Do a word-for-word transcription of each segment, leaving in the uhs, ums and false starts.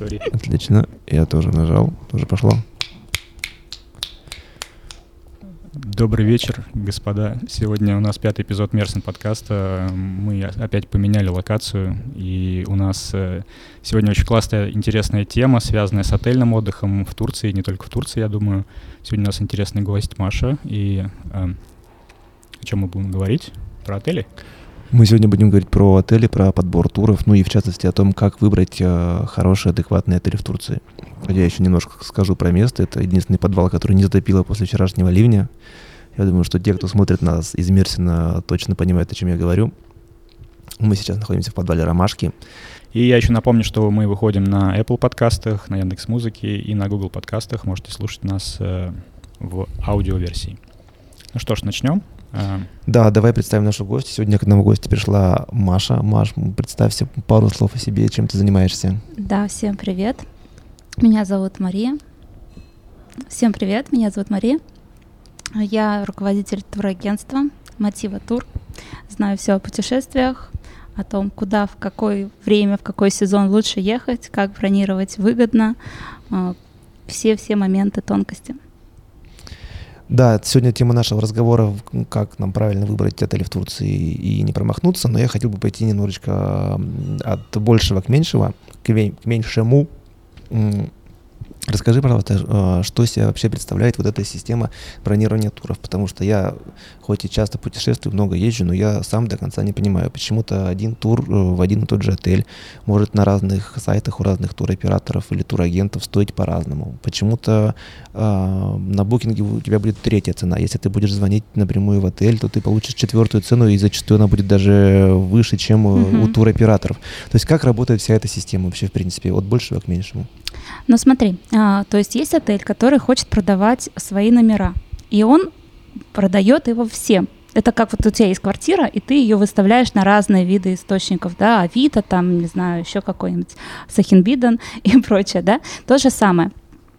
Сори. Отлично. Я тоже нажал. Тоже пошло. Добрый вечер, господа. Сегодня у нас пятый эпизод Мерсен подкаста. Мы опять поменяли локацию, и у нас сегодня очень классная, интересная тема, связанная с отельным отдыхом в Турции, не только в Турции, я думаю. Сегодня у нас интересный гость Маша, и э, о чем мы будем говорить? Про отели? Мы сегодня будем говорить про отели, про подбор туров, ну и в частности о том, как выбрать э, хорошие, адекватные отели в Турции. Я еще немножко скажу про место. Это единственный подвал, который не затопило после вчерашнего ливня. Я думаю, что те, кто смотрит нас из Мерсена, точно понимают, о чем я говорю. Мы сейчас находимся в подвале «Ромашки». И я еще напомню, что мы выходим на Apple подкастах, на Яндекс.Музыке и на Google подкастах. Можете слушать нас э, в аудиоверсии. Ну что ж, начнем. Да, давай представим нашу гостью. Сегодня к нам в гости пришла Маша. Маш, представься, пару слов о себе, чем ты занимаешься. Да, всем привет. Меня зовут Мария. Всем привет, меня зовут Мария. Я руководитель турагентства «Мотива Тур». Знаю все о путешествиях, о том, куда, в какое время, в какой сезон лучше ехать, как бронировать выгодно, все-все моменты, тонкости. Да, сегодня тема нашего разговора, как нам правильно выбрать отель в Турции и не промахнуться, но я хотел бы пойти немножечко от большего к меньшего, к меньшему. Расскажи, пожалуйста, что из себя вообще представляет вот эта система бронирования туров, потому что я, хоть и часто путешествую, много езжу, но я сам до конца не понимаю, почему-то один тур в один и тот же отель может на разных сайтах у разных туроператоров или турагентов стоить по-разному. Почему-то э, на букинге у тебя будет третья цена, если ты будешь звонить напрямую в отель, то ты получишь четвертую цену, и зачастую она будет даже выше, чем mm-hmm. у туроператоров. То есть как работает вся эта система вообще, в принципе, от большего к меньшему? Ну смотри, а, то есть есть отель, который хочет продавать свои номера, и он продает его всем. Это как вот у тебя есть квартира, и ты ее выставляешь на разные виды источников, да, Авито, там, не знаю, еще какой-нибудь Сахинбиден и прочее, да, то же самое.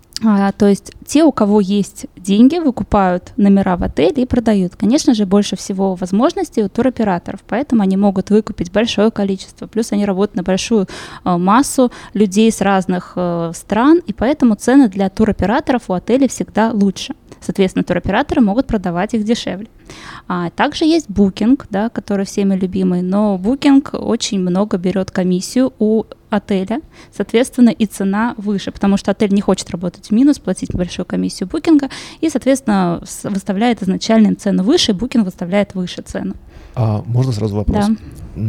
А, то есть те, у кого есть деньги, выкупают номера в отеле и продают. Конечно же, больше всего возможностей у туроператоров, поэтому они могут выкупить большое количество. Плюс они работают на большую э, массу людей с разных э, стран, и поэтому цены для туроператоров у отелей всегда лучше. Соответственно, туроператоры могут продавать их дешевле. А также есть Booking, да, который всеми любимый, но Booking очень много берет комиссию у отеля, соответственно, и цена выше, потому что отель не хочет работать в минус, платить большую комиссию букинга, и, соответственно, выставляет изначальную цену выше, Booking выставляет выше цену. А можно сразу вопрос? Да.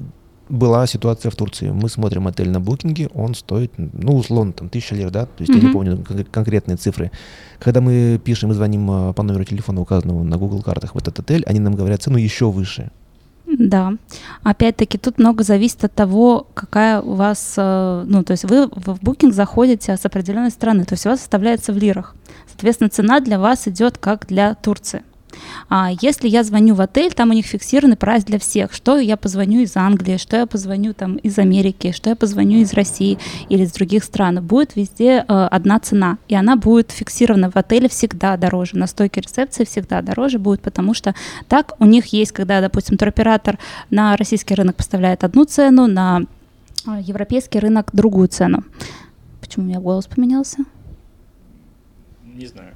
Была ситуация в Турции. Мы смотрим отель на букинге, он стоит, ну, условно, там, тысяча лир, да? То есть mm-hmm. я не помню кон- конкретные цифры. Когда мы пишем и звоним по номеру телефона, указанному на Google картах в этот отель, они нам говорят цену еще выше. Да. Опять-таки, тут много зависит от того, какая у вас, ну, то есть вы в Booking заходите с определенной страны, то есть у вас составляется в лирах. Соответственно, цена для вас идет как для Турции. А если я звоню в отель, там у них фиксированный прайс для всех. Что я позвоню из Англии, что я позвоню там из Америки, что я позвоню из России или из других стран, будет везде э, одна цена, и она будет фиксирована в отеле всегда дороже, на стойке рецепции всегда дороже будет, потому что так у них есть, когда, допустим, туроператор на российский рынок поставляет одну цену, на европейский рынок другую цену. Почему у меня голос поменялся? Не знаю.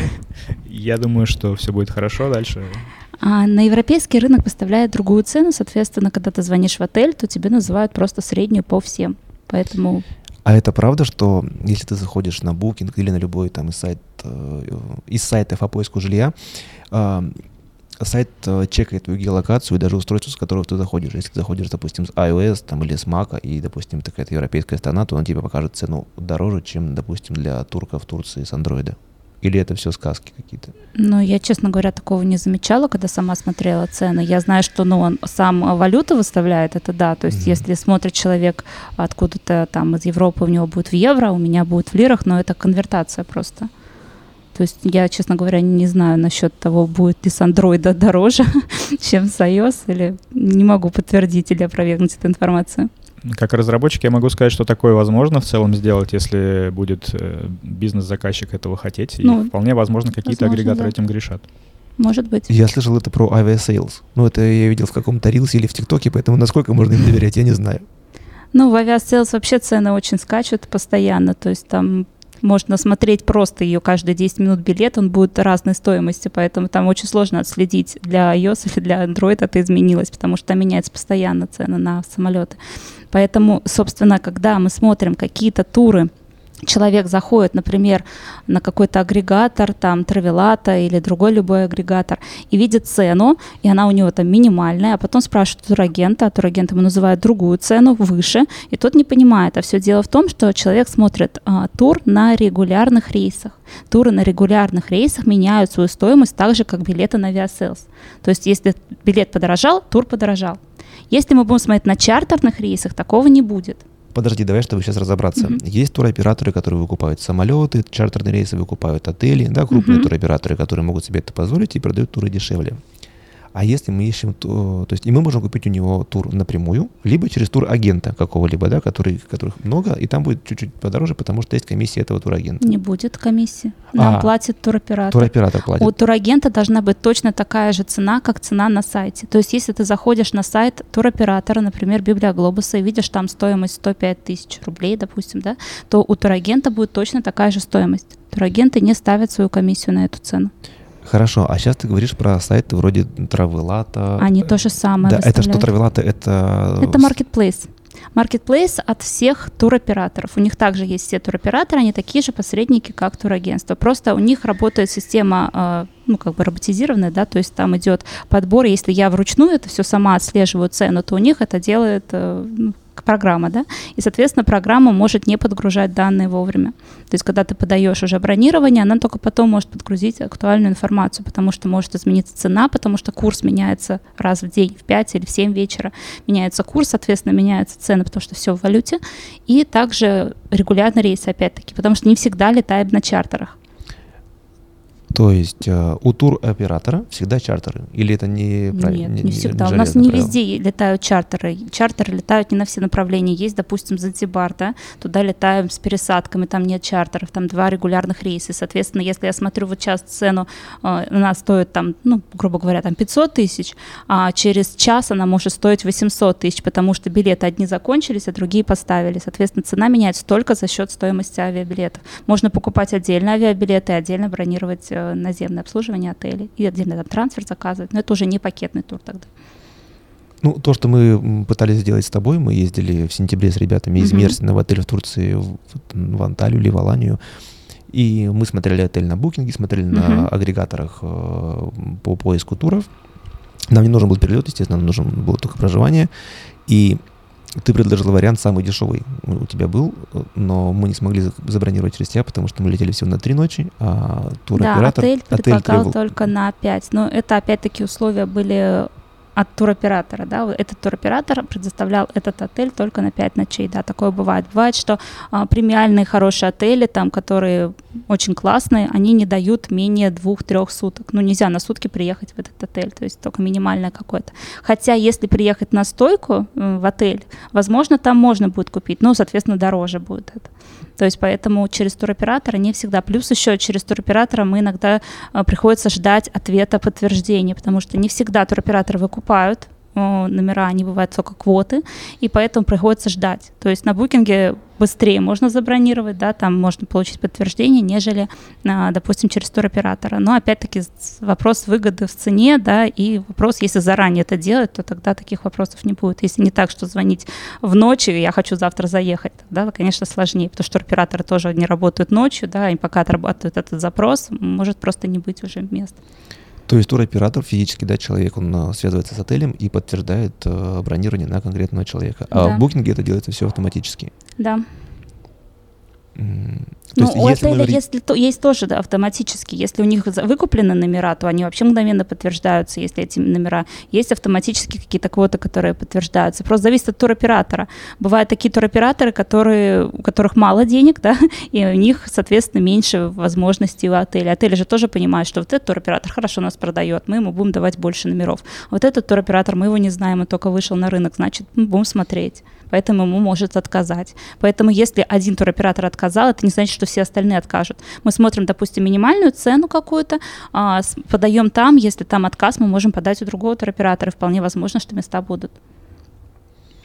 Я думаю, что все будет хорошо дальше. А на европейский рынок поставляет другую цену, соответственно, когда ты звонишь в отель, то тебе называют просто среднюю по всем. Поэтому... А это правда, что если ты заходишь на Booking или на любой там из, сайт, из сайтов по поиску жилья, сайт чекает твою геолокацию и даже устройство, с которого ты заходишь. Если ты заходишь, допустим, с iOS там, или с Mac, и, допустим, такая европейская страна, то он тебе покажет цену дороже, чем, допустим, для турка в Турции с Андроида. Или это все сказки какие-то? Ну, я, честно говоря, такого не замечала, когда сама смотрела цены. Я знаю, что ну, он сам валюту выставляет, это да. То есть mm-hmm. если смотрит человек откуда-то там из Европы, у него будет в евро, у меня будет в лирах, но это конвертация просто. То есть я, честно говоря, не знаю насчет того, будет ли с андроида дороже, чем с iOS, или не могу подтвердить или опровергнуть эту информацию. Как разработчик я могу сказать, что такое возможно в целом сделать, если будет бизнес-заказчик этого хотеть. Ну, и вполне возможно, какие-то возможно, агрегаторы да. этим грешат. Может быть. Я слышал это про Aviasales. Ну, это я видел в каком-то рилсе или в ТикТоке, поэтому насколько можно им доверять, я не знаю. Ну, в авиасейлс вообще цены очень скачут постоянно, то есть там можно смотреть просто ее каждые десять минут билет, он будет разной стоимости, поэтому там очень сложно отследить для iOS или для Android это изменилось, потому что там меняются постоянно цены на самолеты. Поэтому, собственно, когда мы смотрим какие-то туры, человек заходит, например, на какой-то агрегатор, там, Travelata или другой любой агрегатор, и видит цену, и она у него там минимальная, а потом спрашивает турагента, а турагент ему называет другую цену, выше, и тот не понимает. А все дело в том, что человек смотрит а, тур на регулярных рейсах. Туры на регулярных рейсах меняют свою стоимость так же, как билеты на авиасейлс. То есть если билет подорожал, тур подорожал. Если мы будем смотреть на чартерных рейсах, такого не будет. Подожди, давай, чтобы сейчас разобраться. Mm-hmm. Есть туроператоры, которые выкупают самолеты, чартерные рейсы, выкупают отели, да, крупные mm-hmm. туроператоры, которые могут себе это позволить и продают туры дешевле. А если мы ищем, то, то есть и мы можем купить у него тур напрямую, либо через турагента какого-либо, да, который, которых много, и там будет чуть-чуть подороже, потому что есть комиссия этого турагента. Не будет комиссии. Нам а, платит туроператор. Туроператор платит. У турагента должна быть точно такая же цена, как цена на сайте. То есть если ты заходишь на сайт туроператора, например, Библиоглобуса, и видишь там стоимость сто пять тысяч рублей, допустим, да, то у турагента будет точно такая же стоимость. Турагенты не ставят свою комиссию на эту цену. Хорошо, а сейчас ты говоришь про сайты вроде Travelata. Они то же самое Да, это что Travelata? Это... Это marketplace. Marketplace от всех туроператоров. У них также есть все туроператоры, они такие же посредники, как турагентство. Просто у них работает система, ну, как бы роботизированная, да, то есть там идет подбор. Если я вручную это все сама отслеживаю цену, то у них это делает, ну, программа, да, и, соответственно, программа может не подгружать данные вовремя. То есть, когда ты подаешь уже бронирование, она только потом может подгрузить актуальную информацию, потому что может измениться цена, потому что курс меняется раз в день, в пять или в семь вечера меняется курс, соответственно, меняются цены, потому что все в валюте, и также регулярные рейсы, опять-таки, потому что не всегда летаем на чартерах. То есть э, у туроператора всегда чартеры? Или это не правильно? Нет, не, не всегда. Не у нас не правило. Везде летают чартеры. Чартеры летают не на все направления. Есть, допустим, Занзибар, да? Туда летаем с пересадками, там нет чартеров, там два регулярных рейса. Соответственно, если я смотрю вот сейчас цену, э, она стоит там, ну, грубо говоря, там пятьсот тысяч, а через час она может стоить восемьсот тысяч, потому что билеты одни закончились, а другие поставили. Соответственно, цена меняется только за счет стоимости авиабилетов. Можно покупать отдельно авиабилеты и отдельно бронировать э, наземное обслуживание отелей и отдельно там трансфер заказывать, но это уже не пакетный тур тогда. Ну, то, что мы пытались сделать с тобой, мы ездили в сентябре с ребятами из mm-hmm. Мерсина в отель в Турции, в, в Анталию или в Аланию, и мы смотрели отель на букинге, смотрели mm-hmm. на агрегаторах э, по поиску туров. Нам не нужен был перелет, естественно, нам нужно было только проживание, и ты предложил вариант самый дешевый. У тебя был, но мы не смогли забронировать через тебя, потому что мы летели всего на три ночи, а туроператор... Да, отель предлагал отель только на пять. Но это опять-таки условия были от туроператора, да, этот туроператор предоставлял этот отель только на пять ночей, да, такое бывает. Бывает, что а, премиальные хорошие отели, там, которые очень классные, они не дают менее двух-трех суток. Ну, нельзя на сутки приехать в этот отель, то есть только минимальное какое-то. Хотя, если приехать на стойку э, в отель, возможно, там можно будет купить, но, соответственно, дороже будет это. То есть поэтому через туроператора не всегда. Плюс еще через туроператора мы иногда э, приходится ждать ответа подтверждения, потому что не всегда туроператоры выкупают э, номера, они бывают только квоты, и поэтому приходится ждать. То есть на букинге быстрее можно забронировать, да, там можно получить подтверждение, нежели, э, допустим, через туроператора. Но опять-таки вопрос выгоды в цене, да, и вопрос, если заранее это делать, то тогда таких вопросов не будет. Если не так, что звонить в ночь, и я хочу завтра заехать, тогда, конечно, сложнее, потому что туроператоры тоже не работают ночью, да, и пока отрабатывают этот запрос, может просто не быть уже места. То есть туроператор физически, да, человек, он связывается с отелем и подтверждает э, бронирование на конкретного человека. А да. В букинге это делается все автоматически. Да. Mm. То ну, есть, у отеля говорить... если, то, есть тоже да, автоматически. Если у них выкуплены номера, то они вообще мгновенно подтверждаются, если эти номера. Есть автоматически какие-то квоты, которые подтверждаются. Просто зависит от туроператора. Бывают такие туроператоры, которые, у которых мало денег, да, и у них, соответственно, меньше возможностей у отеля. Отели же тоже понимают, что вот этот туроператор хорошо нас продает, мы ему будем давать больше номеров. А вот этот туроператор, мы его не знаем, он только вышел на рынок, значит, мы будем смотреть. Поэтому ему может отказать. Поэтому если один туроператор отказал, это не значит, что все остальные откажут. Мы смотрим, допустим, минимальную цену какую-то, а, с, подаем там, если там отказ, мы можем подать у другого туроператора, и вполне возможно, что места будут.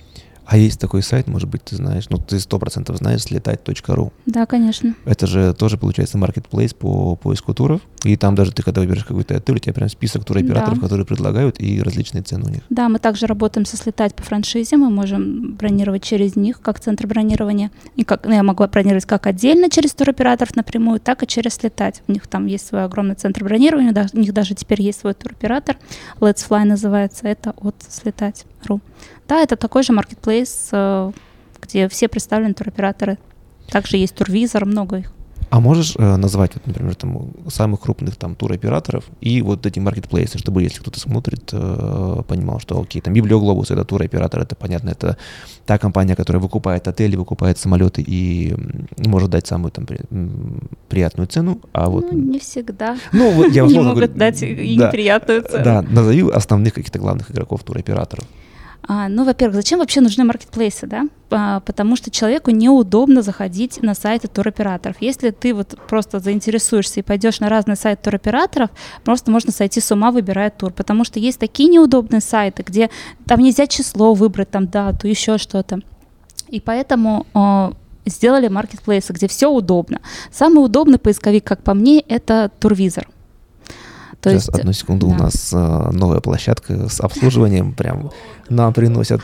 А есть такой сайт, может быть, ты знаешь, ну ты сто процентов знаешь, слетать точка ру. Да, конечно. Это же тоже, получается, маркетплейс по поиску туров. И там даже ты, когда выберешь какой-то отель, у тебя прям список туроператоров, да. которые предлагают, и различные цены у них. Да, мы также работаем со слетать по франшизе, мы можем бронировать через них, как центр бронирования. И как, ну, я могу бронировать как отдельно через туроператоров напрямую, так и через слетать. У них там есть свой огромный центр бронирования, да, у них даже теперь есть свой туроператор. Let's Fly называется, это от слетать точка ру. Да, это такой же маркетплейс, где все представлены туроператоры. Также есть турвизор, много их. А можешь э, назвать, вот, например, там, самых крупных там туроператоров и вот эти маркетплейсы, чтобы, если кто-то смотрит, э, понимал, что окей, там Библиоглобус — это туроператор, это понятно, это та компания, которая выкупает отели, выкупает самолеты и может дать самую там при, приятную цену, а вот... Ну, не всегда. Ну, вот я не могут говорю, дать и да, неприятную цену. Да, назови основных каких-то главных игроков туроператоров. А, ну, во-первых, зачем вообще нужны маркетплейсы, да? А, потому что человеку неудобно заходить на сайты туроператоров. Если ты вот просто заинтересуешься и пойдешь на разные сайты туроператоров, просто можно сойти с ума, выбирая тур, потому что есть такие неудобные сайты, где там нельзя число выбрать, там дату, еще что-то. И поэтому э, сделали маркетплейсы, где все удобно. Самый удобный поисковик, как по мне, это Турвизор. То Сейчас, есть, одну секунду, да. У нас а, новая площадка с обслуживанием, прям нам приносят,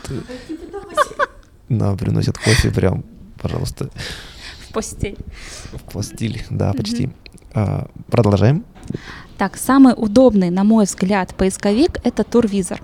нам приносят кофе, прям, пожалуйста. В постель. В постель, да, почти. А, продолжаем. Так, самый удобный, на мой взгляд, поисковик — это Турвизор,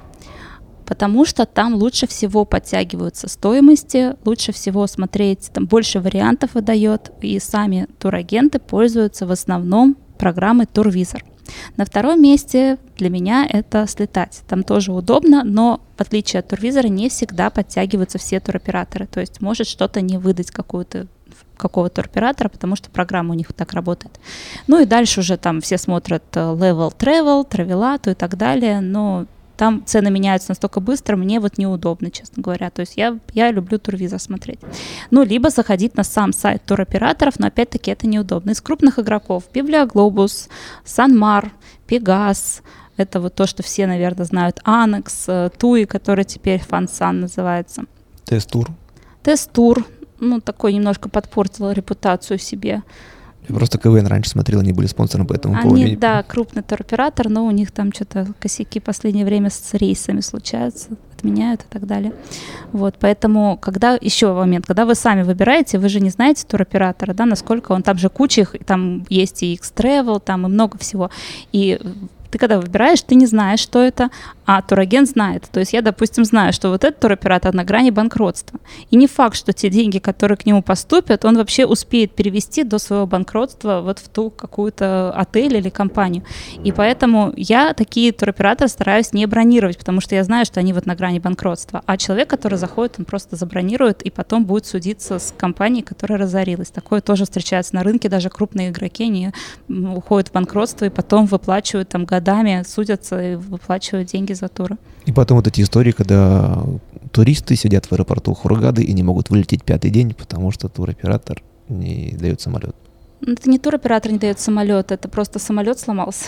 потому что там лучше всего подтягиваются стоимости, лучше всего смотреть, там больше вариантов выдает, и сами турагенты пользуются в основном программой Турвизор. На втором месте для меня это слетать. Там тоже удобно, но в отличие от Турвизора не всегда подтягиваются все туроператоры. То есть может что-то не выдать какую-то какого-то туроператора, потому что программа у них так работает. Ну и дальше уже там все смотрят Level Travel, Travelatu и так далее, но там цены меняются настолько быстро, мне вот неудобно, честно говоря. То есть я, я люблю Турвизор смотреть. Ну, либо заходить на сам сайт туроператоров, но опять-таки это неудобно. Из крупных игроков Библиоглобус, Санмар, Пегас, это вот то, что все, наверное, знают, Анекс, Туи, который теперь Фансан называется. Тест-тур. Тест-тур, ну, такой немножко подпортил репутацию себе. Я просто КВН раньше смотрел, они были спонсором, поэтому они, помню. Да, крупный туроператор, но у них там что-то косяки в последнее время с рейсами случаются, отменяют и так далее. Вот, поэтому, когда, еще момент, когда вы сами выбираете, вы же не знаете туроператора, да, насколько он, там же куча их, там есть и X-Travel, там и много всего, и ты когда выбираешь, ты не знаешь, что это, а турагент знает. То есть я, допустим, знаю, что вот этот туроператор на грани банкротства. И не факт, что те деньги, которые к нему поступят, он вообще успеет перевести до своего банкротства вот в ту какую-то отель или компанию. И поэтому я такие туроператоры стараюсь не бронировать, потому что я знаю, что они вот на грани банкротства. А человек, который заходит, он просто забронирует и потом будет судиться с компанией, которая разорилась. Такое тоже встречается на рынке, даже крупные игроки, они уходят в банкротство и потом выплачивают там годами годами судятся и выплачивают деньги за туры. И потом вот эти истории, когда туристы сидят в аэропорту Хургады и не могут вылететь пятый день, потому что туроператор не дает самолет. Это не туроператор не дает самолет, это просто самолет сломался.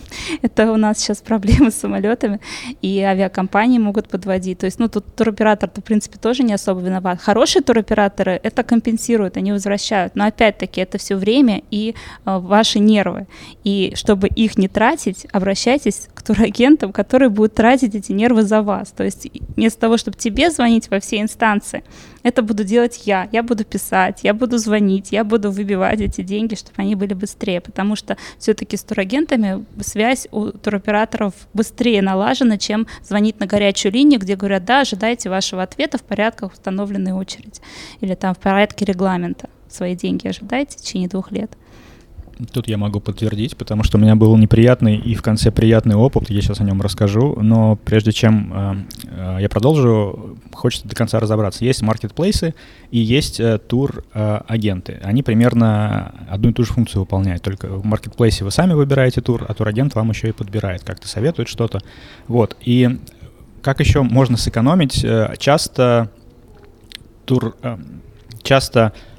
Это у нас сейчас проблемы с самолетами, и авиакомпании могут подводить. То есть, ну, тут туроператор-то, в принципе, тоже не особо виноват. Хорошие туроператоры это компенсируют, они возвращают. Но опять-таки это все время и э, ваши нервы. И чтобы их не тратить, обращайтесь к турагентам, которые будут тратить эти нервы за вас. То есть вместо того, чтобы тебе звонить во все инстанции, это буду делать я. Я буду писать, я буду звонить, я буду выбивать эти деньги, чтобы они были быстрее, потому что все-таки с турагентами связь у туроператоров быстрее налажена, чем звонить на горячую линию, где говорят, да, ожидайте вашего ответа в порядках установленной очереди или там в порядке регламента. Свои деньги ожидайте в течение двух лет. Тут я могу подтвердить, потому что у меня был неприятный и в конце приятный опыт, я сейчас о нем расскажу, но прежде чем э, э, я продолжу, хочется до конца разобраться. Есть маркетплейсы и есть э, тур-агенты. Они примерно одну и ту же функцию выполняют, только в маркетплейсе вы сами выбираете тур, а турагент вам еще и подбирает, как-то советует что-то. Вот, и как еще можно сэкономить? Часто тур... Э, часто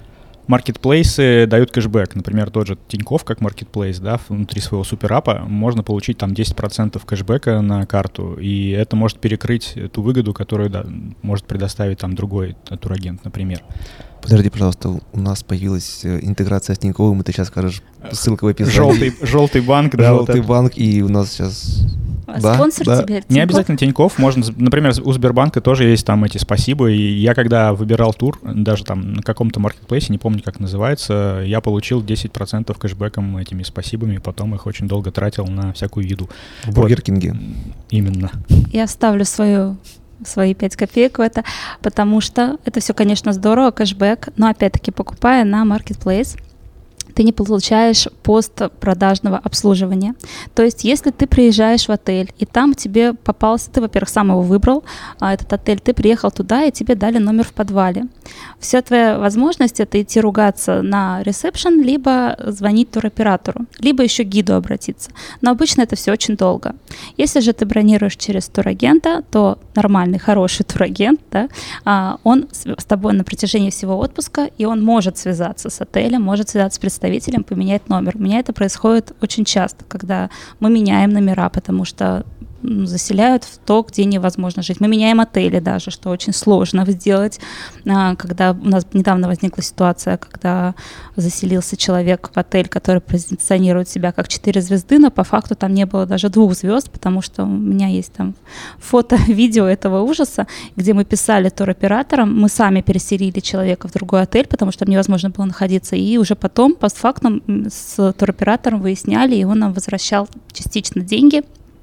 маркетплейсы дают кэшбэк. Например, тот же Тинькофф, как маркетплейс, да, внутри своего суперапа можно получить там десять процентов кэшбэка на карту, и это может перекрыть ту выгоду, которую, да, может предоставить там другой турагент, например. Подожди, пожалуйста, у нас появилась интеграция с Тиньковым, и ты сейчас скажешь ссылка в описании. Желтый, желтый банк, да. Желтый вот банк, и у нас сейчас... Да, спонсор да. Теперь Тинькофф? Не обязательно Тинькофф, можно, например, у Сбербанка тоже есть там эти спасибо, и я когда выбирал тур, даже там на каком-то маркетплейсе, не помню, как называется, я получил десять процентов кэшбэком этими спасибами, и потом их очень долго тратил на всякую еду. В Бургер Кинге. Именно. Я вставлю свою... свои пять копеек в это, потому что это все, конечно, здорово, кэшбэк, но опять-таки, покупая на Marketplace, ты не получаешь постпродажного обслуживания. То есть, если ты приезжаешь в отель, и там тебе попался, ты, во-первых, сам его выбрал, а этот отель, ты приехал туда, и тебе дали номер в подвале. Вся твоя возможность — это идти ругаться на ресепшн, либо звонить туроператору, либо еще к гиду обратиться. Но обычно это все очень долго. Если же ты бронируешь через турагента, то нормальный, хороший турагент, да, он с тобой на протяжении всего отпуска, и он может связаться с отелем, может связаться с представителем, поменять номер. У меня это происходит очень часто, когда мы меняем номера, потому что заселяют в то, где невозможно жить. Мы меняем отели даже, что очень сложно сделать. Когда у нас недавно возникла ситуация, когда заселился человек в отель, который позиционирует себя как четыре звезды, но по факту там не было даже двух звезд, потому что у меня есть там фото, видео этого ужаса, где мы писали туроператорам, мы сами переселили человека в другой отель, потому что там невозможно было находиться, и уже потом постфактум с туроператором выясняли, и он нам возвращал частично деньги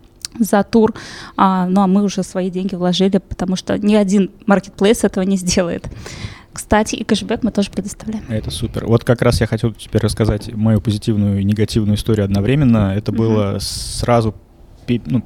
за тур, а, ну а мы уже свои деньги вложили, потому что ни один маркетплейс этого не сделает. Кстати, и кэшбэк мы тоже предоставляем. Это супер. Вот как раз я хотел теперь рассказать мою позитивную и негативную историю одновременно. Это mm-hmm. было сразу, ну,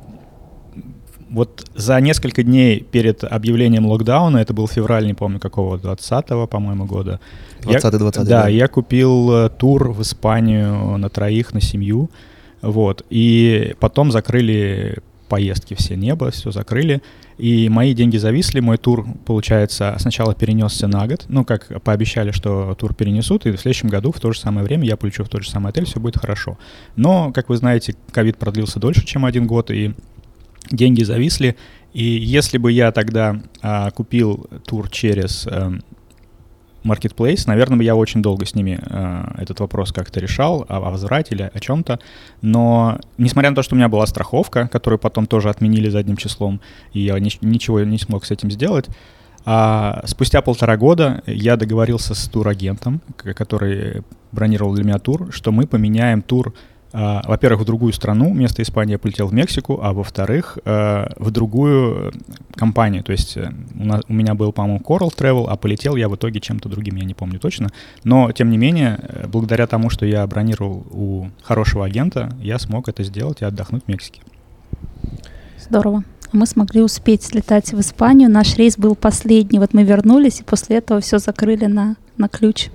вот за несколько дней перед объявлением локдауна, это был февраль, не помню какого, двадцатого, по-моему, года. двадцатый двадцатый Да, да, я купил тур в Испанию на троих, на семью. Вот, и потом закрыли поездки все, небо, все закрыли, и мои деньги зависли, мой тур, получается, сначала перенесся на год, ну, как пообещали, что тур перенесут, и в следующем году в то же самое время я полечу в тот же самый отель, все будет хорошо. Но, как вы знаете, ковид продлился дольше, чем один год, и деньги зависли, и если бы я тогда а, купил тур через... А, Marketplace, наверное, я очень долго с ними э, этот вопрос как-то решал, о, о возврате или о чем-то, но несмотря на то, что у меня была страховка, которую потом тоже отменили задним числом, и я ни, ничего не смог с этим сделать, а спустя полтора года я договорился с турагентом, который бронировал для меня тур, что мы поменяем тур, Uh, во-первых, в другую страну, вместо Испании я полетел в Мексику, а во-вторых, uh, в другую компанию. То есть uh, у, нас, у меня был, по-моему, Coral Travel, а полетел я в итоге чем-то другим, я не помню точно. Но, тем не менее, благодаря тому, что я бронировал у хорошего агента, я смог это сделать и отдохнуть в Мексике. Здорово. Мы смогли успеть слетать в Испанию. Наш рейс был последний. Вот мы вернулись, и после этого все закрыли на, на ключ.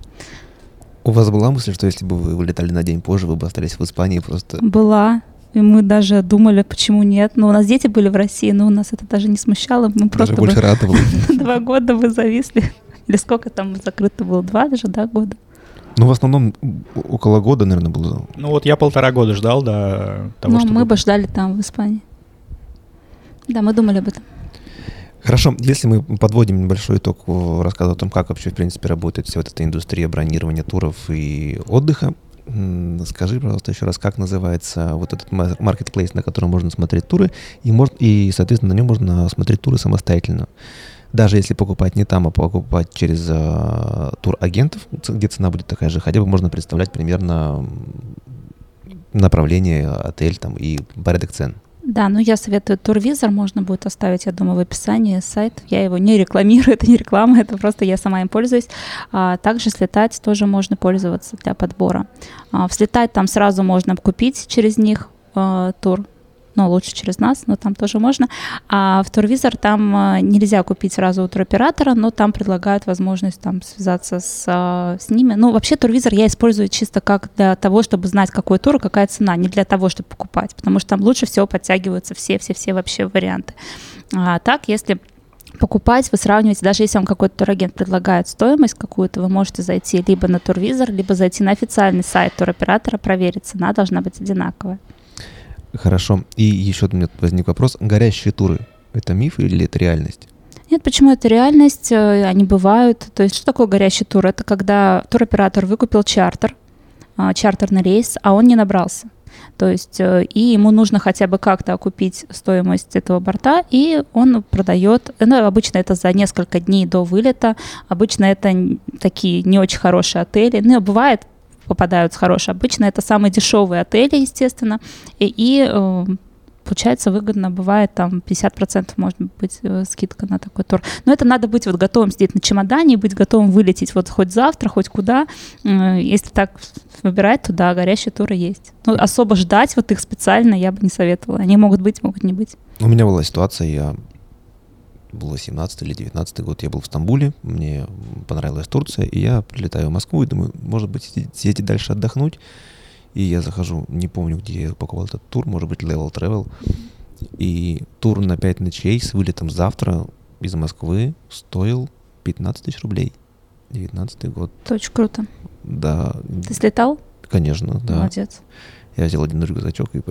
У вас была мысль, что если бы вы вылетали на день позже, вы бы остались в Испании просто? Была. И мы даже думали, почему нет. Но у нас дети были в России, но у нас это даже не смущало. Мы даже просто больше радовало. Два года бы зависли. Или сколько там закрыто было? Два даже, да, года? Ну, в основном около года, наверное, было. Ну, вот я полтора года ждал до того, что... Ну, мы чтобы... бы ждали там, в Испании. Да, мы думали об этом. Хорошо, если мы подводим небольшой итог рассказа о том, как вообще, в принципе, работает вся вот эта индустрия бронирования туров и отдыха, скажи, пожалуйста, еще раз, как называется вот этот маркетплейс, на котором можно смотреть туры, и, может, и соответственно, на нем можно смотреть туры самостоятельно. Даже если покупать не там, а покупать через uh, турагентов, где цена будет такая же, хотя бы можно представлять примерно направление, отель там, и порядок цен. Да, ну я советую Турвизор, можно будет оставить, я думаю, в описании сайт. Я его не рекламирую, это не реклама, это просто я сама им пользуюсь. А также слетать тоже можно пользоваться для подбора. А, слетать там сразу можно купить через них а, тур. Ну, лучше через нас, но там тоже можно. А в Турвизор там нельзя купить сразу у туроператора, но там предлагают возможность там связаться с, с ними. Ну, вообще Турвизор я использую чисто как для того, чтобы знать, какой тур и какая цена, не для того, чтобы покупать, потому что там лучше всего подтягиваются все-все-все вообще варианты. А так, если покупать, вы сравниваете, даже если вам какой-то турагент предлагает стоимость какую-то, вы можете зайти либо на Турвизор, либо зайти на официальный сайт туроператора, проверить, цена должна быть одинаковая. Хорошо. И еще у меня возник вопрос. Горящие туры — это миф или это реальность? Нет, почему это реальность? Они бывают. То есть что такое горящий тур? Это когда туроператор выкупил чартер, чартерный рейс, а он не набрался. То есть и ему нужно хотя бы как-то окупить стоимость этого борта, и он продает, ну, обычно это за несколько дней до вылета, обычно это такие не очень хорошие отели, ну, бывает, попадаются хорошие, обычно это самые дешевые отели, естественно, и, и получается выгодно, бывает там пятьдесят процентов может быть скидка на такой тур. Но это надо быть вот готовым сидеть на чемодане, быть готовым вылететь вот хоть завтра, хоть куда. Если так выбирать, то да, горящие туры есть. Но особо ждать вот их специально я бы не советовала. Они могут быть, могут не быть. У меня была ситуация, я было семнадцатый или девятнадцатый год, я был в Стамбуле, мне понравилась Турция, и я прилетаю в Москву и думаю, может быть, съездить дальше отдохнуть. И я захожу, не помню, где я покупал этот тур, может быть, Level Travel. И тур на пять ночей с вылетом завтра из Москвы стоил пятнадцать тысяч рублей. девятнадцатый год. Это очень круто. Да. Ты слетал? Конечно, да. Молодец. Я взял один рюкзачок и,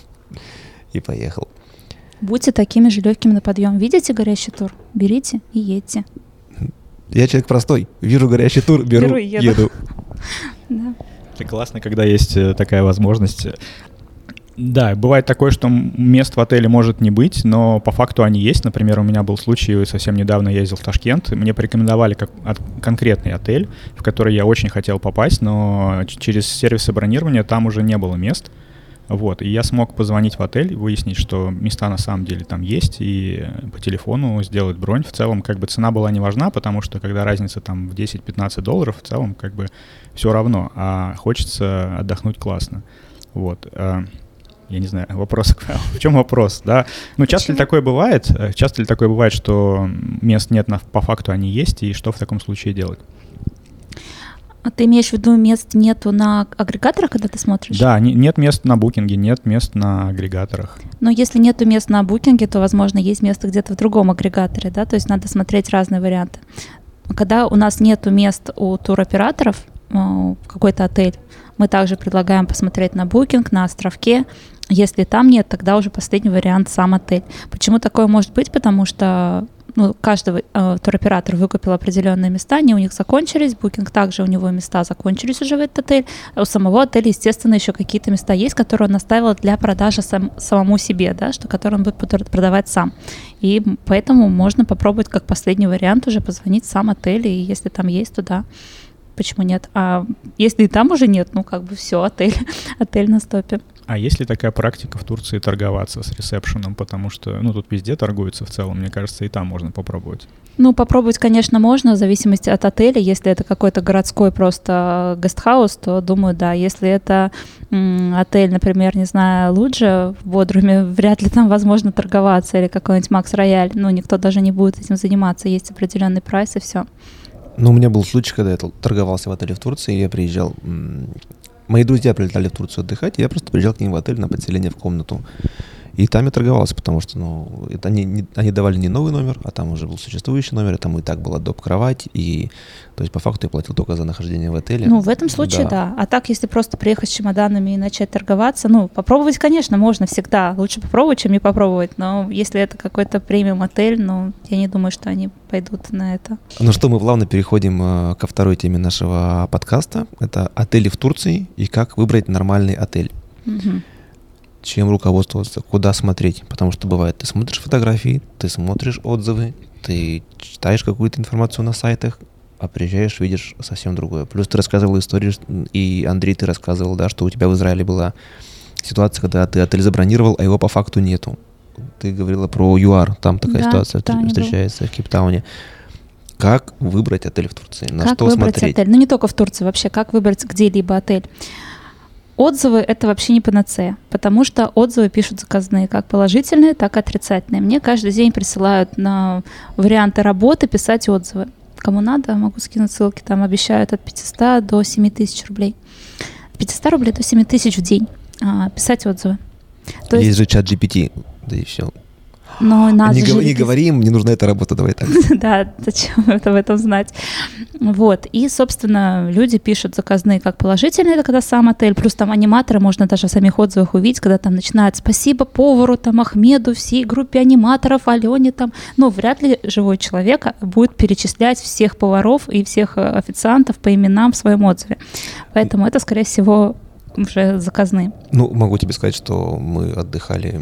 и поехал. Будьте такими же легкими на подъем. Видите горящий тур? Берите и едьте. Я человек простой. Вижу горящий тур, беру, беру и еду. еду. Да. Это классно, когда есть такая возможность. Да, бывает такое, что мест в отеле может не быть, но по факту они есть. Например, у меня был случай, совсем недавно я ездил в Ташкент, мне порекомендовали как от, конкретный отель, в который я очень хотел попасть, но через сервисы бронирования там уже не было мест. Вот, и я смог позвонить в отель, выяснить, что места на самом деле там есть, и по телефону сделать бронь. В целом, как бы цена была не важна, потому что когда разница там в десять-пятнадцать долларов, в целом как бы все равно, а хочется отдохнуть классно. Вот. Я не знаю, вопрос, в чем вопрос, да? Ну, часто ли такое бывает? Часто ли такое бывает, что мест нет, по факту они есть, и что в таком случае делать? А ты имеешь в виду, мест нету на агрегаторах, когда ты смотришь? Да, не, нет мест на букинге, нет мест на агрегаторах. Но если нету мест на букинге, то, возможно, есть место где-то в другом агрегаторе, да, то есть надо смотреть разные варианты. Когда у нас нету мест у туроператоров, какой-то отель, мы также предлагаем посмотреть на букинг, на островке. Если там нет, тогда уже последний вариант сам отель. Почему такое может быть? Потому что ну, каждый э, туроператор выкупил определенные места, они у них закончились, букинг также у него места закончились уже в этот отель, а у самого отеля, естественно, еще какие-то места есть, которые он оставил для продажи сам, самому себе, да, что, которые он будет продавать сам. И поэтому можно попробовать как последний вариант уже позвонить в сам отель, и если там есть, то да. Почему нет? А если и там уже нет, ну как бы все, отель, отель на стопе. А есть ли такая практика в Турции торговаться с ресепшеном? Потому что, ну, тут везде торгуются в целом, мне кажется, и там можно попробовать. Ну, попробовать, конечно, можно, в зависимости от отеля. Если это какой-то городской просто гестхаус, то, думаю, да. Если это м, отель, например, не знаю, Луджа в Бодруме, вряд ли там возможно торговаться, или какой-нибудь Макс Рояль. Ну, никто даже не будет этим заниматься, есть определенный прайс и все. Ну, у меня был случай, когда я торговался в отеле в Турции, я приезжал... Мои друзья прилетали в Турцию отдыхать, и я просто приезжал к ним в отель на подселение в комнату. И там я торговался, потому что, ну, это они, не, они давали не новый номер, а там уже был существующий номер, и там и так была доп. Кровать, и, то есть, по факту я платил только за нахождение в отеле. Ну, в этом случае, да. да. А так, если просто приехать с чемоданами и начать торговаться, ну, попробовать, конечно, можно всегда. Лучше попробовать, чем не попробовать, но если это какой-то премиум-отель, ну, я не думаю, что они пойдут на это. Ну что, мы плавно переходим э, ко второй теме нашего подкаста. Это отели в Турции и как выбрать нормальный отель. Угу. Чем руководствоваться, куда смотреть. Потому что бывает, ты смотришь фотографии, ты смотришь отзывы, ты читаешь какую-то информацию на сайтах, а приезжаешь, видишь совсем другое. Плюс ты рассказывал историю, и Андрей, ты рассказывал, да, что у тебя в Израиле была ситуация, когда ты отель забронировал, а его по факту нету. Ты говорила про ЮАР, там такая да, ситуация да, встречается в Кейптауне. Как выбрать отель в Турции? На как что выбрать смотреть? Отель? Ну не только в Турции, вообще, как выбрать где-либо отель? Отзывы — это вообще не панацея, потому что отзывы пишут заказные, как положительные, так и отрицательные. Мне каждый день присылают на варианты работы писать отзывы. Кому надо, могу скинуть ссылки, там обещают от пятисот до семи тысяч рублей. От пятисот рублей до семи тысяч в день а, писать отзывы. То есть, есть же чат джи пи ти, да и все. Но надо не, же... гов- не говори им, мне нужна эта работа, давай так. Да, зачем это в этом знать? Вот, и, собственно, люди пишут заказные как положительные, это когда сам отель, плюс там аниматоры, можно даже в самих отзывах увидеть, когда там начинают «спасибо повару, там, Ахмеду, всей группе аниматоров, Алене», там, ну, вряд ли живой человек будет перечислять всех поваров и всех официантов по именам в своем отзыве. Поэтому это, скорее всего, уже заказные. Ну, могу тебе сказать, что мы отдыхали...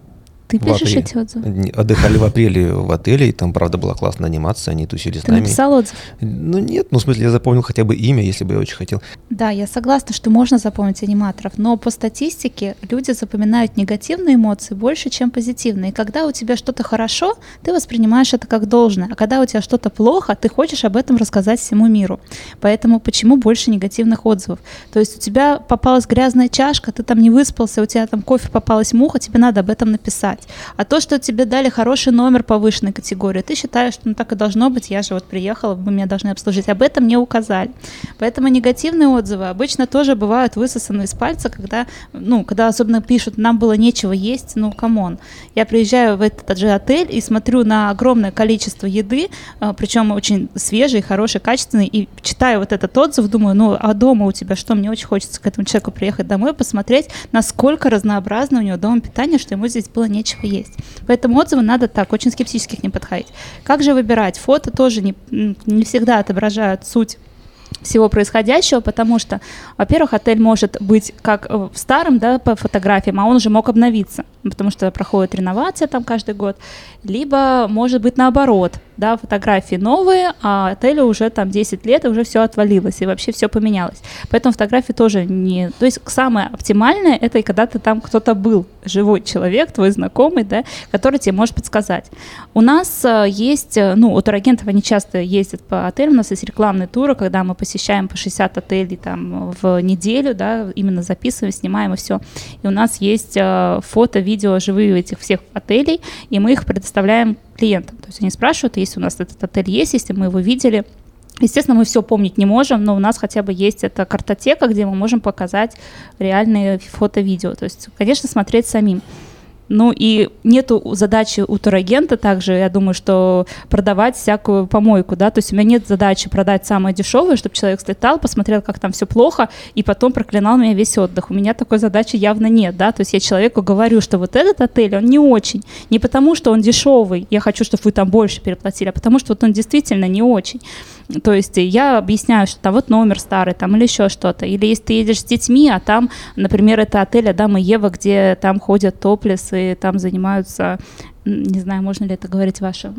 Ты пишешь эти отзывы? Отдыхали в апреле в отеле, и там, правда, была классная анимация, они тусили с Ты нами. Ты написал отзыв? Ну, нет, ну, в смысле, я запомнил хотя бы имя, если бы я очень хотел. Да, я согласна, что можно запомнить аниматоров, но по статистике люди запоминают негативные эмоции больше, чем позитивные. И когда у тебя что-то хорошо, ты воспринимаешь это как должное, а когда у тебя что-то плохо, ты хочешь об этом рассказать всему миру. Поэтому почему больше негативных отзывов? То есть у тебя попалась грязная чашка, ты там не выспался, у тебя там кофе попалась муха, тебе надо об этом написать. А то, что тебе дали хороший номер повышенной категории, ты считаешь, что ну так и должно быть, я же вот приехала, вы меня должны обслужить. Об этом не указали. Поэтому негативные отзывы обычно тоже бывают высосаны из пальца, когда, ну, когда особенно пишут, нам было нечего есть, ну, камон. Я приезжаю в этот же отель и смотрю на огромное количество еды, причем очень свежей, хорошей, качественной, и читаю вот этот отзыв, думаю, ну, а дома у тебя что? Мне очень хочется к этому человеку приехать домой, посмотреть, насколько разнообразно у него дома питание, что ему здесь было нечего есть. Поэтому отзывы надо так, очень скептически к ним подходить. Как же выбирать? Фото тоже не, не всегда отображают суть всего происходящего, потому что, во-первых, отель может быть как в старом, да, по фотографиям, а он уже мог обновиться, потому что проходит реновация там каждый год, либо может быть наоборот, да, фотографии новые, а отелю уже там десять лет, и уже все отвалилось, и вообще все поменялось. Поэтому фотографии тоже не... То есть самое оптимальное — это когда ты там кто-то был, живой человек, твой знакомый, да, который тебе может подсказать. У нас есть, ну, у турагентов они часто ездят по отелям, у нас есть рекламные туры, когда мы посещаем по шестьдесят отелей там в неделю, да, именно записываем, снимаем и все. И у нас есть фото, видео, живые этих всех отелей, и мы их предоставляем клиентам. То есть они спрашивают, если у нас этот отель есть, если мы его видели. Естественно, мы все помнить не можем, но у нас хотя бы есть эта картотека, где мы можем показать реальные фото-видео. То есть, конечно, смотреть самим. Ну и нету задачи у турагента также, я думаю, что продавать всякую помойку, да, то есть у меня нет задачи продать самое дешевое, чтобы человек слетал, посмотрел, как там все плохо, и потом проклинал меня весь отдых. У меня такой задачи явно нет, да, то есть я человеку говорю, что вот этот отель, он не очень, не потому что он дешевый, я хочу, чтобы вы там больше переплатили, а потому что вот он действительно не очень. То есть я объясняю, что там вот номер старый там или еще что-то. Или если ты едешь с детьми, а там, например, это отель Адам и Ева, где там ходят топлес и там занимаются, не знаю, можно ли это говорить ваше,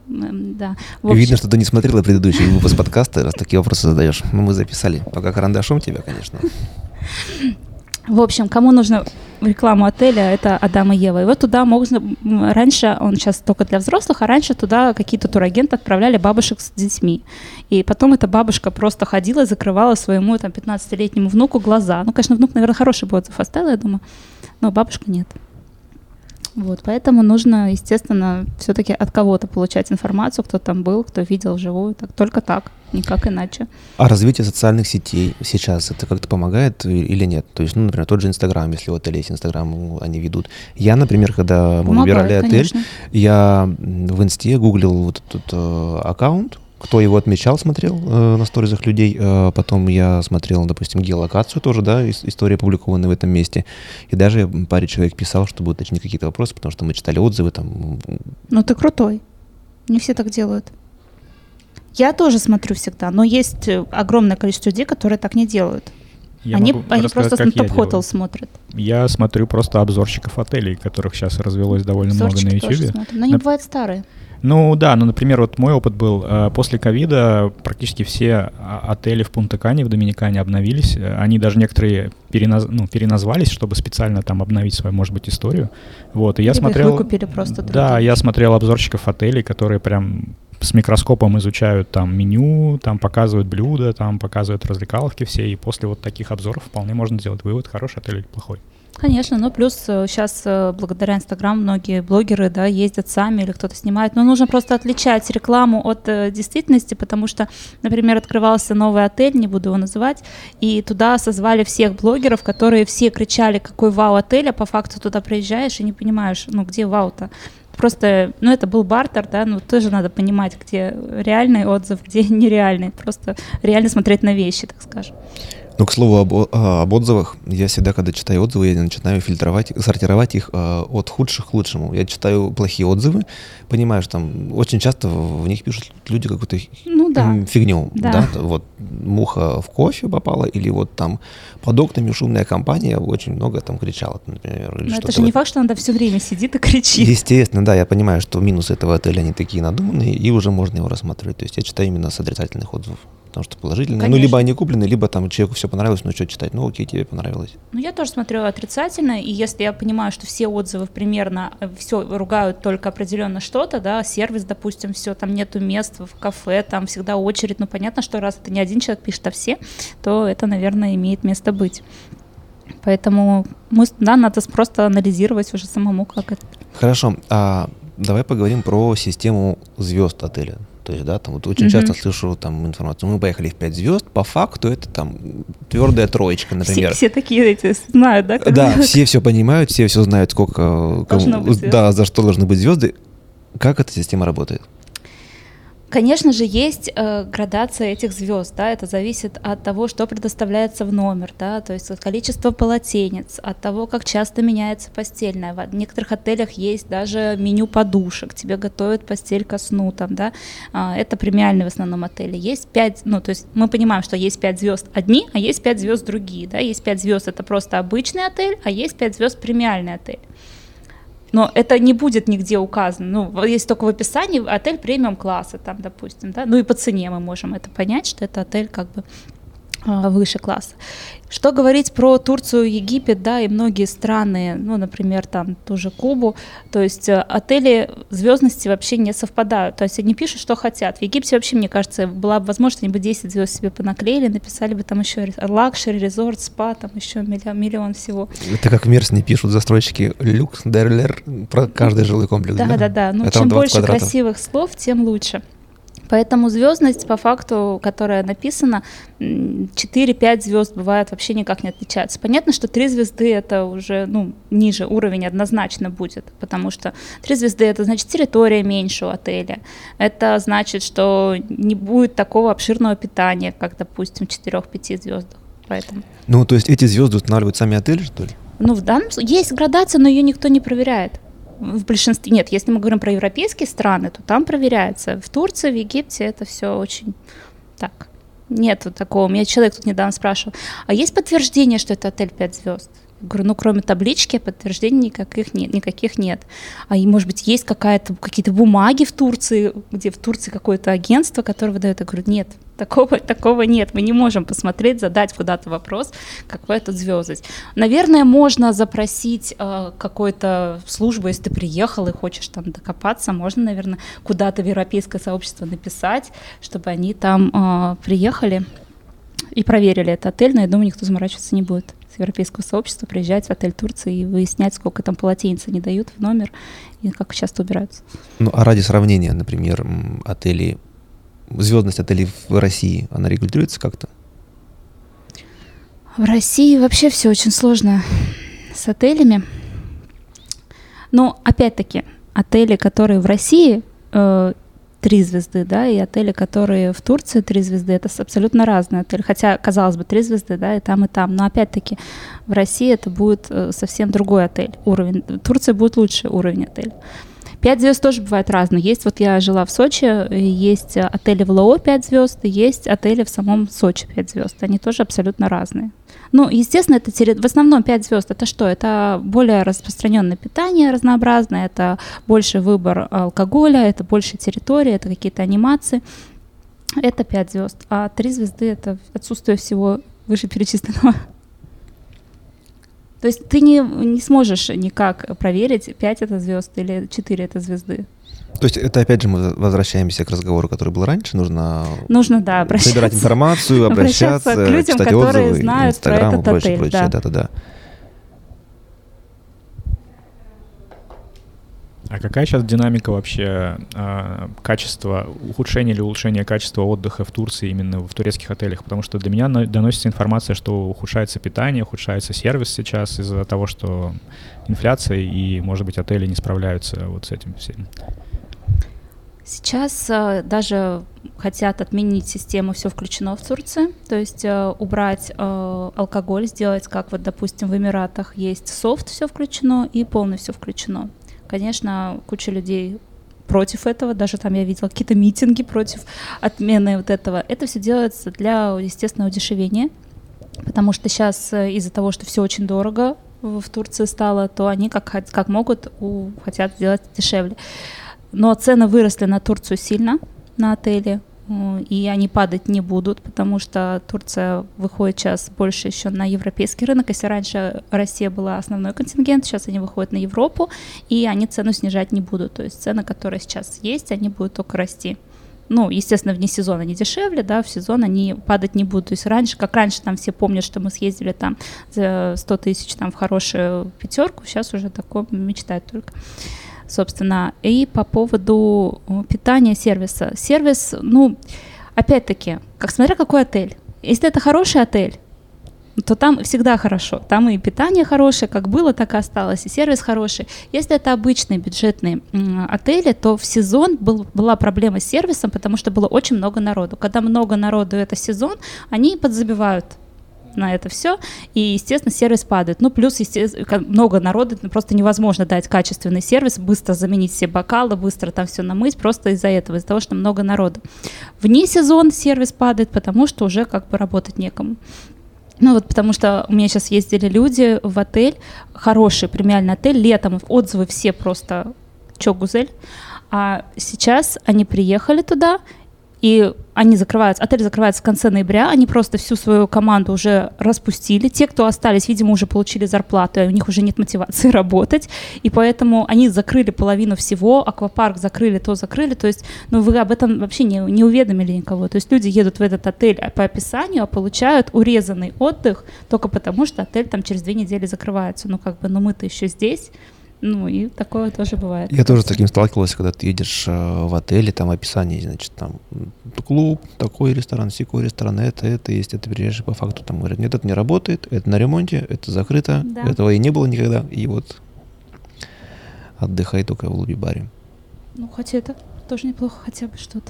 да. Общем... Видно, что ты не смотрела предыдущий выпуск подкаста, раз такие вопросы задаешь. Ну, мы записали пока карандашом тебя, конечно. В общем, кому нужно рекламу отеля, это Адам и Ева. И вот туда можно... Раньше, он сейчас только для взрослых, а раньше туда какие-то турагенты отправляли бабушек с детьми. И потом эта бабушка просто ходила и закрывала своему там пятнадцатилетнему внуку глаза. Ну, конечно, внук, наверное, хороший бы отзыв оставил, я думаю, но бабушка нет. Вот, поэтому нужно, естественно, все-таки от кого-то получать информацию, кто там был, кто видел вживую, так, только так, никак иначе. А развитие социальных сетей сейчас, это как-то помогает или нет? То есть, ну, например, тот же Инстаграм, если у отеля есть Инстаграм, они ведут. Я, например, когда мы помогает, выбирали отель, конечно. Я в Инсте гуглил вот этот э, аккаунт, кто его отмечал, смотрел э, на сторизах людей. Э, потом я смотрел, допустим, геолокацию тоже, да, история опубликованная в этом месте. И даже паре человек писал, чтобы уточнить какие-то вопросы, потому что мы читали отзывы там. Ну ты крутой. Не все так делают. Я тоже смотрю всегда, но есть огромное количество людей, которые так не делают. Я они они просто на топ-хотел смотрят. Я смотрю просто обзорщиков отелей, которых сейчас развелось довольно Обзорчики много на Ютубе. Но они на... бывают старые. Ну да, ну, например, вот мой опыт был, после ковида практически все отели в Пунта-Кане, в Доминикане обновились. Они даже некоторые переназ... ну, переназвались, чтобы специально там обновить свою, может быть, историю. Вот, и я Либо смотрел... их выкупили просто. Да, другие. Я смотрел обзорщиков отелей, которые прям с микроскопом изучают там меню, там показывают блюда, там показывают развлекаловки все, и после вот таких обзоров вполне можно сделать вывод, хороший отель или плохой. Конечно, ну плюс сейчас благодаря Инстаграм многие блогеры, да, ездят сами или кто-то снимает, но нужно просто отличать рекламу от э, действительности, потому что, например, открывался новый отель, не буду его называть, и туда созвали всех блогеров, которые все кричали, какой вау отель, а по факту туда приезжаешь и не понимаешь, ну где вау-то. просто, ну, это был бартер, да, ну, тоже надо понимать, где реальный отзыв, где нереальный, просто реально смотреть на вещи, так скажем. Ну, к слову об, об отзывах, я всегда, когда читаю отзывы, я начинаю фильтровать, сортировать их э, от худших к лучшему. Я читаю плохие отзывы, понимаю, что там очень часто в, в них пишут люди какую-то ну, да. фигню. Да. Да? Вот муха в кофе попала, или вот там под окнами шумная компания очень много там кричала, например. Или Но это же не вот. факт, что она все время сидит и кричит. Естественно, да, я понимаю, что минусы этого отеля, они такие надуманные, и уже можно его рассматривать. То есть я читаю именно с отрицательных отзывов. Потому что положительные. Конечно. Ну, либо они куплены, либо там человеку все понравилось, ну что читать? Ну, окей, тебе понравилось. Ну, я тоже смотрю отрицательно, и если я понимаю, что все отзывы примерно все ругают только определенно что-то, да, сервис, допустим, все, там нету мест в кафе, там всегда очередь, ну, понятно, что раз это не один человек пишет, а все, то это, наверное, имеет место быть. Поэтому, мы, да, надо просто анализировать уже самому, как это. Хорошо, а давай поговорим про систему звезд отеля. То есть, да, там вот очень mm-hmm. часто слышу там информацию, мы поехали в пять звезд, по факту это там твердая троечка, например. Все, все такие эти знают, да? Да, все все понимают, все все знают, сколько, кому, да, за что должны быть звезды. Как эта система работает? Конечно же, есть э, градация этих звезд, да, это зависит от того, что предоставляется в номер, да, то есть от количества полотенец, от того, как часто меняется постельное. В некоторых отелях есть даже меню подушек, тебе готовят постель ко сну, там, да, а, это премиальные в основном отели. Есть пять, ну, то есть мы понимаем, что есть пять звезд одни, а есть пять звезд другие, да, есть пять звезд это просто обычный отель, а есть пять звезд премиальный отель. Но это не будет нигде указано. Ну, есть только в описании отель премиум-класса, там, допустим, да. Ну и по цене мы можем это понять, что это отель как бы выше класса. Что говорить про Турцию, Египет, да, и многие страны, ну, например, там тоже Кубу, то есть отели звездности вообще не совпадают, то есть они пишут, что хотят. В Египте вообще, мне кажется, была бы возможность, они бы десять звезд себе понаклеили, написали бы там еще лакшери, резорт, спа, там еще миллион, миллион всего. Это как в Мерсне пишут застройщики люкс, дерлер, про каждый жилой комплекс, да? Да, да, да, ну, чем больше квадратов. Красивых слов, тем лучше. Поэтому звездность, по факту, которая написана, четыре-пять звезд бывает вообще никак не отличаются. Понятно, что три звезды это уже, ну, ниже уровень однозначно будет, потому что три звезды это значит территория меньше у отеля, это значит, что не будет такого обширного питания, как, допустим, в четырех-пяти звездах. Поэтому. Ну, то есть эти звезды устанавливают сами отели, что ли? Ну, в данном случае есть градация, но ее никто не проверяет. В большинстве нет, если мы говорим про европейские страны, то там проверяется. В Турции, в Египте это все очень так. Нет вот такого. Меня человек тут недавно спрашивал, а есть подтверждение, что это отель пять звезд? Я говорю, ну кроме таблички подтверждений никаких нет, никаких нет. А и, может быть, есть какая-то, какие-то бумаги в Турции, где в Турции какое-то агентство, которое выдает. Я говорю, нет, такого, такого нет. Мы не можем посмотреть, задать куда-то вопрос, какая тут звездность. Наверное, можно запросить э, какую-то службу, если ты приехал и хочешь там докопаться, можно, наверное, куда-то в европейское сообщество написать, чтобы они там э, приехали и проверили этот отель, но я думаю, никто заморачиваться не будет. Европейского сообщества приезжать в отель Турции и выяснять, сколько там полотенец они дают в номер и как часто убираются. Ну, а ради сравнения, например, отели, звездность отелей в России, она регулируется как-то? В России вообще все очень сложно с отелями. Но, опять-таки, отели, которые в России э, три звезды, да, и отели, которые в Турции три звезды, это абсолютно разные отели. Хотя, казалось бы, три звезды, да, и там, и там. Но опять-таки в России это будет совсем другой отель, уровень. В Турции будет лучший уровень отеля. Пять звезд тоже бывают разные. Есть, вот я жила в Сочи, есть отели в ЛО пять звезд, и есть отели в самом Сочи пять звезд. Они тоже абсолютно разные. Ну, естественно, это терри... в основном пять звезд. Это что? Это более распространенное питание разнообразное, это больше выбор алкоголя, это больше территории, это какие-то анимации. Это пять звезд. А три звезды — это отсутствие всего вышеперечисленного. То есть ты не, не сможешь никак проверить, пять это звезд или четыре это звезды. То есть это опять же мы возвращаемся к разговору, который был раньше. Нужно, Нужно да, обращаться, собирать информацию, обращаться, обращаться к людям, читать которые отзывы, знают Инстаграм про и этот прочее, отель. прочее. Да. Да, да, да. А какая сейчас динамика вообще э, качества, ухудшения или улучшения качества отдыха в Турции именно в турецких отелях? Потому что до меня доносится информация, что ухудшается питание, ухудшается сервис сейчас из-за того, что инфляция и, может быть, отели не справляются вот с этим всем. Сейчас э, даже хотят отменить систему «Все включено» в Турции, то есть э, убрать э, алкоголь, сделать, как вот, допустим, в Эмиратах есть софт «Все включено» и полный «Все включено». Конечно, куча людей против этого, даже там я видела какие-то митинги против отмены вот этого. Это все делается для, естественно, удешевения, потому что сейчас из-за того, что все очень дорого в Турции стало, то они как, как могут у, хотят сделать дешевле. Но цены выросли на Турцию сильно, на отели, и они падать не будут, потому что Турция выходит сейчас больше еще на европейский рынок. Если раньше Россия была основной контингент, сейчас они выходят на Европу, и они цену снижать не будут. То есть цены, которые сейчас есть, они будут только расти. Ну, естественно, вне сезона они дешевле, да, в сезон они падать не будут. То есть раньше, как раньше, там все помнят, что мы съездили там за сто тысяч там в хорошую пятерку, сейчас уже такое мечтают только. Собственно, и по поводу питания, сервиса. Сервис, ну, опять-таки, как смотря какой отель. Если это хороший отель, то там всегда хорошо. Там и питание хорошее, как было, так и осталось, и сервис хороший. Если это обычные бюджетные м, отели, то в сезон был, была проблема с сервисом, потому что было очень много народу. Когда много народу, это сезон, они подзабивают на это все, и, естественно, сервис падает. Ну, плюс, естественно, много народу, просто невозможно дать качественный сервис, быстро заменить все бокалы, быстро там все намыть, просто из-за этого, из-за того, что много народу. Вне сезон сервис падает, потому что уже как бы работать некому. Ну вот потому что у меня сейчас ездили люди в отель, хороший премиальный отель, летом отзывы все просто чё, гузель, а сейчас они приехали туда, и они закрываются, отель закрывается в конце ноября, они просто всю свою команду уже распустили. Те, кто остались, видимо, уже получили зарплату, и у них уже нет мотивации работать, и поэтому они закрыли половину всего, аквапарк закрыли, то закрыли, то есть, ну, вы об этом вообще не, не уведомили никого. То есть люди едут в этот отель по описанию, а получают урезанный отдых только потому, что отель там через две недели закрывается. Ну, как бы, ну, мы-то еще здесь. Ну, и такое тоже бывает. Я тоже с таким сталкивался, когда ты едешь э, в отеле, там описание, значит, там клуб, такой ресторан, сякой ресторан, это, это есть, это приезжаешь, по факту там говорят, нет, это не работает, это на ремонте, это закрыто, да. Этого и не было никогда, и вот отдыхай только в лобби-баре. Ну, хотя это тоже неплохо, хотя бы что-то.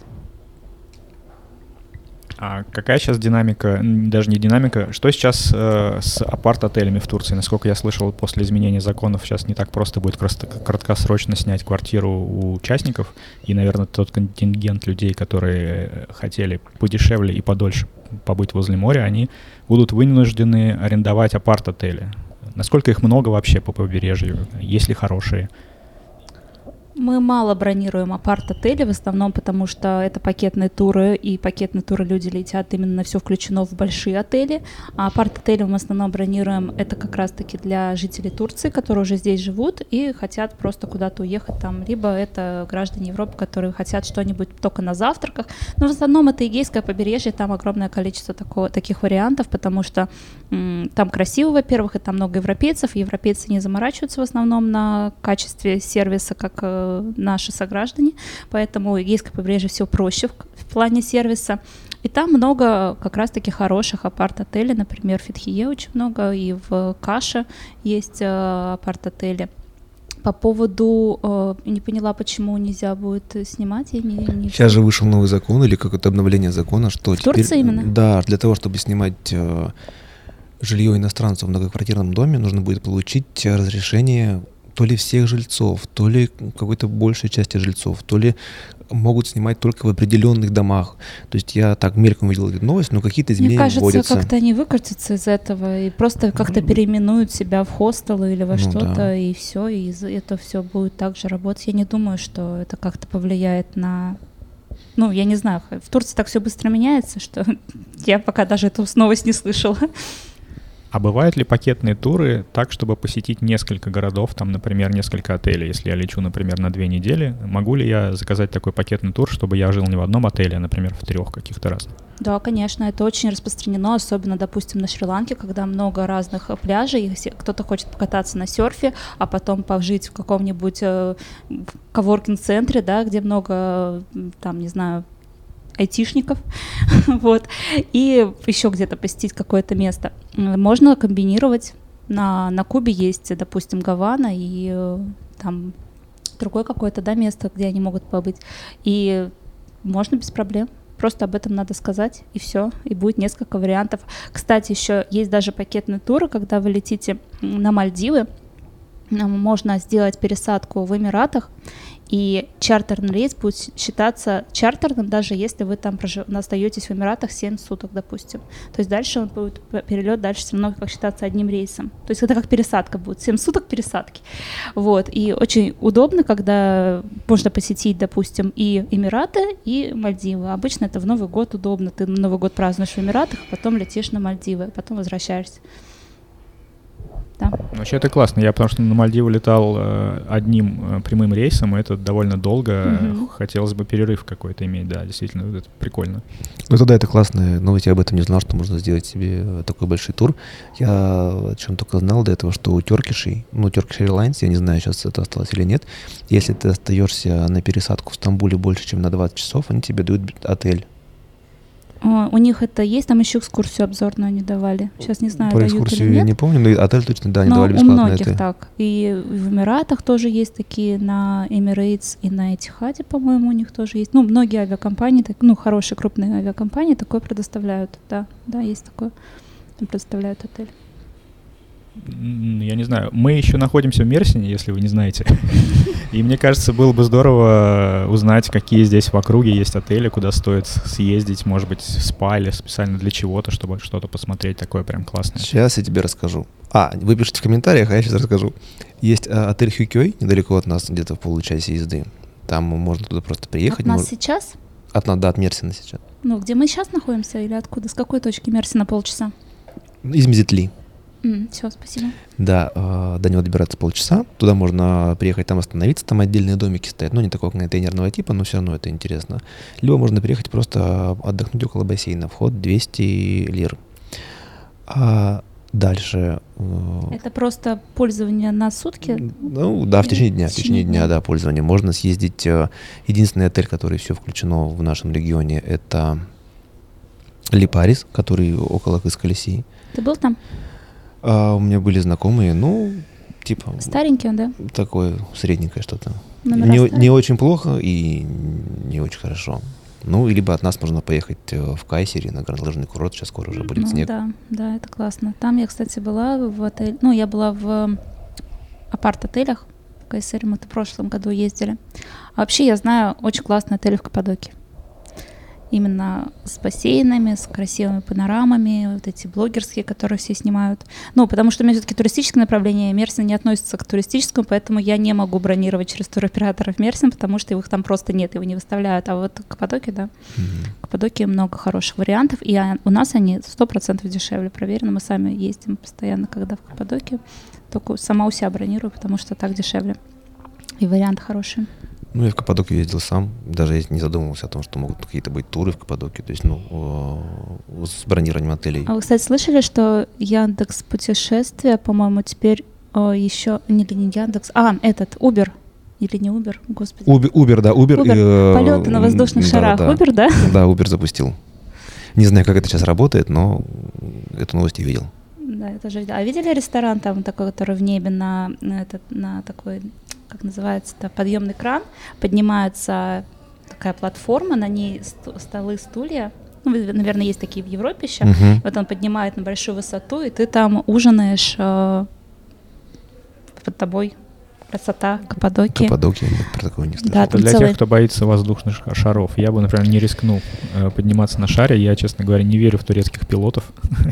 А какая сейчас динамика, даже не динамика, что сейчас э, с апарт-отелями в Турции? Насколько я слышал, после изменения законов сейчас не так просто будет краткосрочно снять квартиру у участников, и, наверное, тот контингент людей, которые хотели подешевле и подольше побыть возле моря, они будут вынуждены арендовать апарт-отели. Насколько их много вообще по побережью? Есть ли хорошие? Мы мало бронируем апарт-отели, в основном потому, что это пакетные туры, и пакетные туры люди летят именно на все включено в большие отели, а апарт-отели мы в основном бронируем, это как раз-таки для жителей Турции, которые уже здесь живут и хотят просто куда-то уехать там, либо это граждане Европы, которые хотят что-нибудь только на завтраках, но в основном это Эгейское побережье, там огромное количество такого, таких вариантов, потому что м, там красиво, во-первых, и там много европейцев, и европейцы не заморачиваются в основном на качестве сервиса, как наши сограждане, поэтому Эгейское побережье все проще в, в плане сервиса. И там много как раз-таки хороших апарт-отелей, например, в Фетхие очень много, и в Каше есть э, апарт-отели. По поводу, э, не поняла, почему нельзя будет снимать. Я не, не Сейчас же вышел новый закон или какое-то обновление закона, что в теперь... Турции именно? Да, для того, чтобы снимать э, жилье иностранцев в многоквартирном доме, нужно будет получить разрешение то ли всех жильцов, то ли какой-то большей части жильцов, то ли могут снимать только в определенных домах. То есть я так мельком видел эту новость, но какие-то изменения вводятся. Мне кажется, вводятся. как-то они выкрутятся из этого и просто как-то переименуют себя в хостелы или во Ну что-то, да. и все, и это все будет так же работать. Я не думаю, что это как-то повлияет на... Ну, я не знаю, в Турции так все быстро меняется, что я пока даже эту новость не слышала. А бывают ли пакетные туры так, чтобы посетить несколько городов, там, например, несколько отелей? Если я лечу, например, на две недели, могу ли я заказать такой пакетный тур, чтобы я жил не в одном отеле, а, например, в трех каких-то разных? Да, конечно, это очень распространено, особенно, допустим, на Шри-Ланке, когда много разных пляжей, кто-то хочет покататься на серфе, а потом пожить в каком-нибудь э, коворкинг-центре, да, где много, там, не знаю, айтишников, вот, и еще где-то посетить какое-то место. Можно комбинировать. На, на Кубе есть, допустим, Гавана и э, там другое какое-то, да, место, где они могут побыть. И можно без проблем. Просто об этом надо сказать, и все, и будет несколько вариантов. Кстати, еще есть даже пакетные туры, когда вы летите на Мальдивы, можно сделать пересадку в Эмиратах, и чартерный рейс будет считаться чартерным, даже если вы там прожив... остаетесь в Эмиратах семь суток, допустим. То есть дальше он будет, перелет дальше все равно как считаться одним рейсом. То есть это как пересадка будет, семь суток пересадки. Вот. И очень удобно, когда можно посетить, допустим, и Эмираты, и Мальдивы. Обычно это в Новый год удобно. Ты Новый год празднуешь в Эмиратах, потом летишь на Мальдивы, потом возвращаешься. Да. Вообще это классно. Я потому что на Мальдивы летал э, одним э, прямым рейсом, и это довольно долго. Mm-hmm. Хотелось бы перерыв какой-то иметь, да, действительно, это прикольно. Ну тогда это классная новость, я об этом не знал, что можно сделать себе такой большой тур. Я о чем только знал до этого, что у Turkish, ну Turkish Airlines, я не знаю, сейчас это осталось или нет, если ты остаешься на пересадку в Стамбуле больше, чем на двадцать часов, они тебе дают отель. У них это есть, там еще экскурсию обзорную они давали. Сейчас не знаю, Про дают экскурсию или нет. Я не помню, но отель точно, да, они но давали у бесплатно. многих это. так. И в Эмиратах тоже есть такие, на Emirates и на Этихаде, по-моему, у них тоже есть. Ну, многие авиакомпании, так, ну, хорошие крупные авиакомпании такое предоставляют. Да, да, есть такое. Предоставляют отель. Я не знаю. Мы еще находимся в Мерсине, если вы не знаете. И мне кажется, было бы здорово узнать, какие здесь в округе есть отели, куда стоит съездить, может быть, в спа или специально для чего-то, чтобы что-то посмотреть такое прям классное. Сейчас я тебе расскажу. А, вы пишите в комментариях, а я сейчас расскажу. Есть а, отель Хюкёй, недалеко от нас, где-то в получасе езды. Там можно туда просто приехать. От нас может... сейчас? От нас, да, от Мерсина сейчас. Ну, где мы сейчас находимся или откуда? С какой точки Мерсина полчаса? Из Мезетли. Mm, все, спасибо. Да, э, до него добираться полчаса. Туда можно приехать, там остановиться, там отдельные домики стоят. Ну, не такого контейнерного типа, но все равно это интересно. Либо можно приехать просто отдохнуть около бассейна. Вход двести лир. А дальше... Э, это просто пользование на сутки? Ну, да, в течение дня. В течение дня, да, пользование. Можно съездить... Э, единственный отель, который все включено в нашем регионе, это Липарис, который около Кыскалиси. Ты был там? А у меня были знакомые, ну, типа... Старенький он, да? Такое средненькое что-то. Не, не очень плохо и не очень хорошо. Ну, либо от нас можно поехать в Кайсери на горнолыжный курорт, сейчас скоро уже будет ну, снег. Да, да, это классно. Там я, кстати, была в отеле, ну, я была в апарт-отелях в Кайсери, мы в прошлом году ездили. А вообще я знаю очень классные отели в Каппадокии. Именно с бассейнами, с красивыми панорамами, вот эти блогерские, которые все снимают. Ну, потому что у меня все-таки туристическое направление, Мерсин не относится к туристическому, поэтому я не могу бронировать через туроператоров Мерсин, потому что их там просто нет, его не выставляют. А вот Каппадокия, да, mm-hmm. в Каппадокии много хороших вариантов, и у нас они сто процентов дешевле, проверено. Мы сами ездим постоянно, когда в Каппадокию, только сама у себя бронирую, потому что так дешевле. И варианты хорошие. Ну, я в Каппадокию ездил сам, даже я не задумывался о том, что могут какие-то быть туры в Каппадокии, то есть, ну, с бронированием отелей. А вы, кстати, слышали, что Яндекс Путешествия, по-моему, теперь еще, не, не Яндекс, а, этот, Uber, или не Uber, господи. Uber, Uber да, Uber. Uber. Э, полеты на воздушных да, шарах, да. Uber, да? Да, Uber запустил. Не знаю, как это сейчас работает, но эту новость я видел. Да, я тоже видела. А видели ресторан там такой, который в небе на, на, этот, на такой... как называется-то, подъемный кран, поднимается такая платформа, на ней ст- столы, стулья, ну, наверное, есть такие в Европе еще, uh-huh. вот он поднимает на большую высоту, и ты там ужинаешь, э, под тобой красота Каппадокии. Каппадокия, нет, про такое не слышал. Да, это для целый... тех, кто боится воздушных шаров. Я бы, например, не рискнул э, подниматься на шаре, я, честно говоря, не верю в турецких пилотов.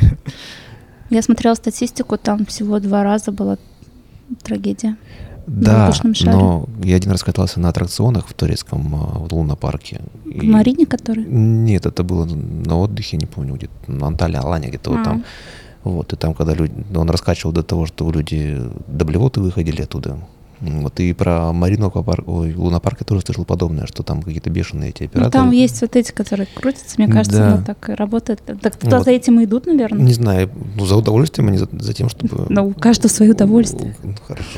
Я смотрела статистику, там всего два раза была трагедия. Да, но я один раз катался на аттракционах в турецком в лунопарке. В и... Марине, который? Нет, это было на отдыхе, не помню, где-то на Анталии, Алане, где-то а. вот там. Вот, и там, когда люди, он раскачивал до того, что люди до блевоты выходили оттуда. Вот, и про Марину аквапарк, ой, лунопарк я тоже слышал подобное, что там какие-то бешеные эти операторы. Ну, там есть вот эти, которые крутятся, мне кажется, да. Ну, так и работает. Так туда вот. За этим и идут, наверное? Не знаю, ну, за удовольствием, а не за, за тем, чтобы... Ну, у каждого свое удовольствие. Ну, хорошо.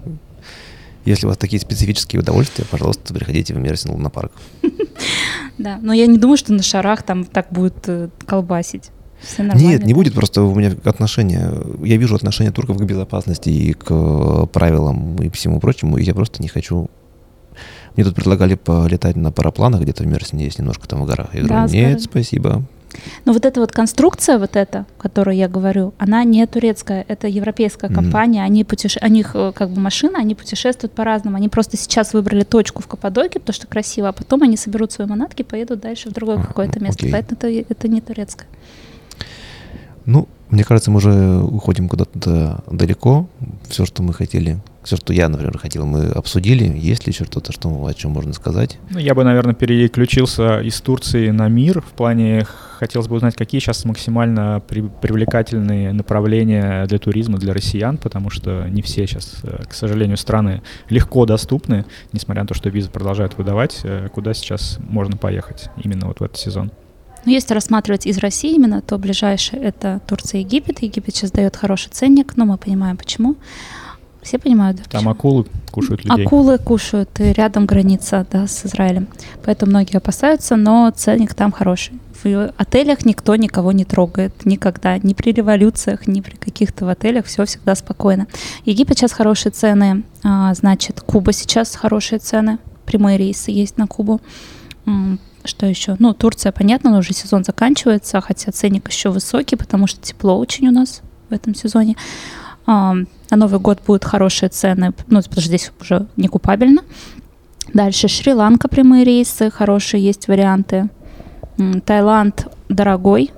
Если у вас такие специфические удовольствия, пожалуйста, приходите в Мерсин лунопарк. Да, но я не думаю, что на шарах там так будет колбасить. Нет, не будет, просто у меня отношение, я вижу отношение турков к безопасности и к правилам и всему прочему, и я просто не хочу. Мне тут предлагали полетать на парапланах, где-то в Мерсине есть немножко там в горах. Я говорю, да, нет, скажи. Спасибо. Но вот эта вот конструкция, вот эта, о которой я говорю, она не турецкая, это европейская компания, mm-hmm. они путеше... у них как бы машины, они путешествуют по-разному, они просто сейчас выбрали точку в Каппадокии, потому что красиво, а потом они соберут свои манатки и поедут дальше в другое ah, какое-то место, okay. Поэтому это, это не турецкое. Ну, мне кажется, мы уже уходим куда-то далеко. Все, что мы хотели, все, что я, например, хотел, мы обсудили. Есть ли еще что-то, что, о чем можно сказать? Ну, я бы, наверное, переключился из Турции на мир. В плане, хотелось бы узнать, какие сейчас максимально при- привлекательные направления для туризма, для россиян, потому что не все сейчас, к сожалению, страны легко доступны, несмотря на то, что визы продолжают выдавать. Куда сейчас можно поехать именно вот в этот сезон? Но если рассматривать из России именно, то ближайшее это Турция и Египет. Египет сейчас дает хороший ценник, но мы понимаем, почему. Все понимают, да? Там акулы кушают людей. Акулы кушают, и рядом граница, да, с Израилем. Поэтому многие опасаются, но ценник там хороший. В отелях никто никого не трогает никогда. Ни при революциях, ни при каких-то в отелях. Все всегда спокойно. Египет сейчас хорошие цены. А, значит, Куба сейчас хорошие цены. Прямые рейсы есть на Кубу. Что еще? Ну, Турция, понятно, но уже сезон заканчивается, хотя ценник еще высокий, потому что тепло очень у нас в этом сезоне. А, на Новый год будут хорошие цены, ну, потому что здесь уже не купабельно. Дальше Шри-Ланка, прямые рейсы, хорошие есть варианты. Таиланд дорогой,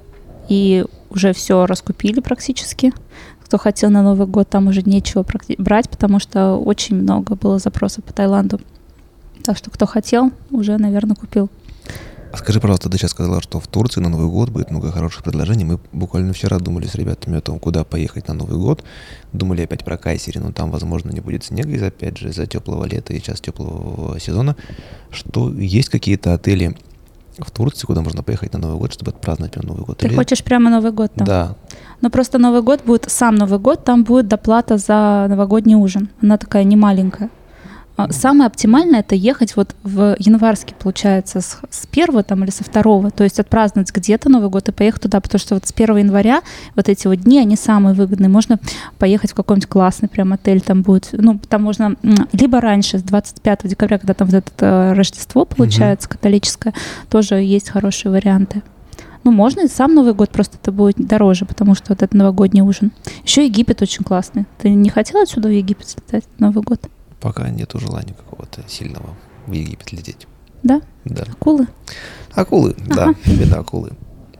и уже все раскупили практически. Кто хотел на Новый год, там уже нечего брать, потому что очень много было запросов по Таиланду. Так что кто хотел, уже, наверное, купил. А скажи, пожалуйста, ты сейчас сказала, что в Турции на Новый год будет много хороших предложений. Мы буквально вчера думали с ребятами о том, куда поехать на Новый год. Думали опять про Кайсери, но там, возможно, не будет снега из-за, опять же, из-за теплого лета и сейчас теплого сезона. Что есть какие-то отели в Турции, куда можно поехать на Новый год, чтобы отпраздновать прям Новый год? Ты Или... хочешь прямо Новый год там? Да. Но просто Новый год будет, сам Новый год, там будет доплата за новогодний ужин. Она такая немаленькая. Самое оптимальное — это ехать вот в январский, получается, с, с первого там или со второго, то есть отпраздновать где-то Новый год и поехать туда, потому что вот с первого января вот эти вот дни, они самые выгодные. Можно поехать в какой-нибудь классный прям отель, там будет, ну, там можно либо раньше, с двадцать пятого декабря, когда там вот это э, Рождество получается, mm-hmm. католическое, тоже есть хорошие варианты. Ну, можно и сам Новый год, просто это будет дороже, потому что вот это новогодний ужин. Еще Египет очень классный. Ты не хотел отсюда в Египет слетать на Новый год? Пока нету желания какого-то сильного в Египет лететь. Да? Да. Акулы? Акулы, ага. Да, именно акулы.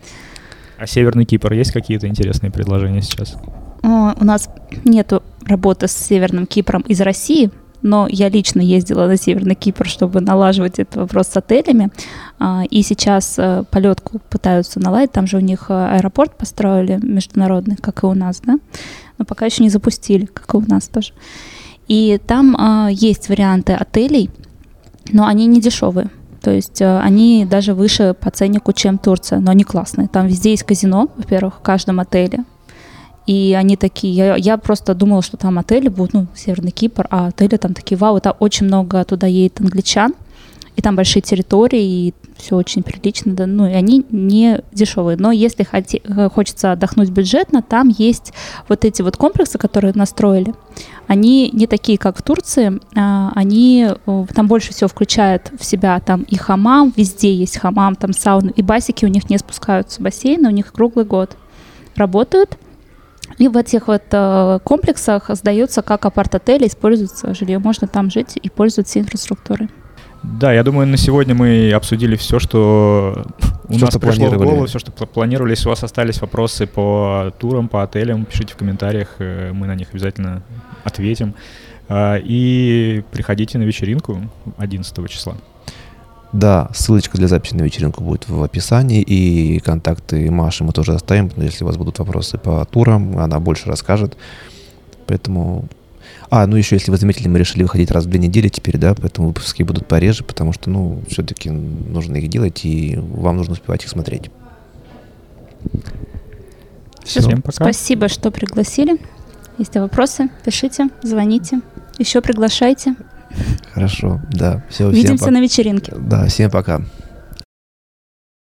А Северный Кипр есть какие-то интересные предложения сейчас? О, у нас нету работы с Северным Кипром из России, но я лично ездила на Северный Кипр, чтобы налаживать этот вопрос с отелями. И сейчас полетку пытаются наладить. Там же у них аэропорт построили международный, как и у нас, да? Но пока еще не запустили, как и у нас тоже. И там э, есть варианты отелей, но они не дешевые. То есть э, они даже выше по ценнику, чем Турция, но они классные. Там везде есть казино, во-первых, в каждом отеле. И они такие, я, я просто думала, что там отели будут, ну, Северный Кипр, а отели там такие, вау, это очень много туда едет англичан, и там большие территории, и все очень прилично, да, ну, и они не дешевые. Но если хоти, хочется отдохнуть бюджетно, там есть вот эти вот комплексы, которые настроили. Они не такие, как в Турции, а, они там больше всего включают в себя там и хамам, везде есть хамам, там сауна, и басики у них не спускаются, бассейны у них круглый год работают. И в этих вот э, комплексах сдаются как апарт-отели, используется жилье, можно там жить и пользоваться инфраструктурой. Да, я думаю, на сегодня мы обсудили все, что у все, нас что пришло в голову, все, что планировали. Если у вас остались вопросы по турам, по отелям, пишите в комментариях, мы на них обязательно ответим. И приходите на вечеринку одиннадцатого числа. Да, ссылочка для записи на вечеринку будет в описании, и контакты Маши мы тоже оставим, если у вас будут вопросы по турам, она больше расскажет. Поэтому... А, ну еще, если вы заметили, мы решили выходить раз в две недели теперь, да, поэтому выпуски будут пореже, потому что, ну, все-таки нужно их делать, и вам нужно успевать их смотреть. Все. Всем пока. Спасибо, что пригласили. Если вопросы, пишите, звоните, еще приглашайте. Хорошо, да. Все, Увидимся всем на вечеринке. Да, всем пока.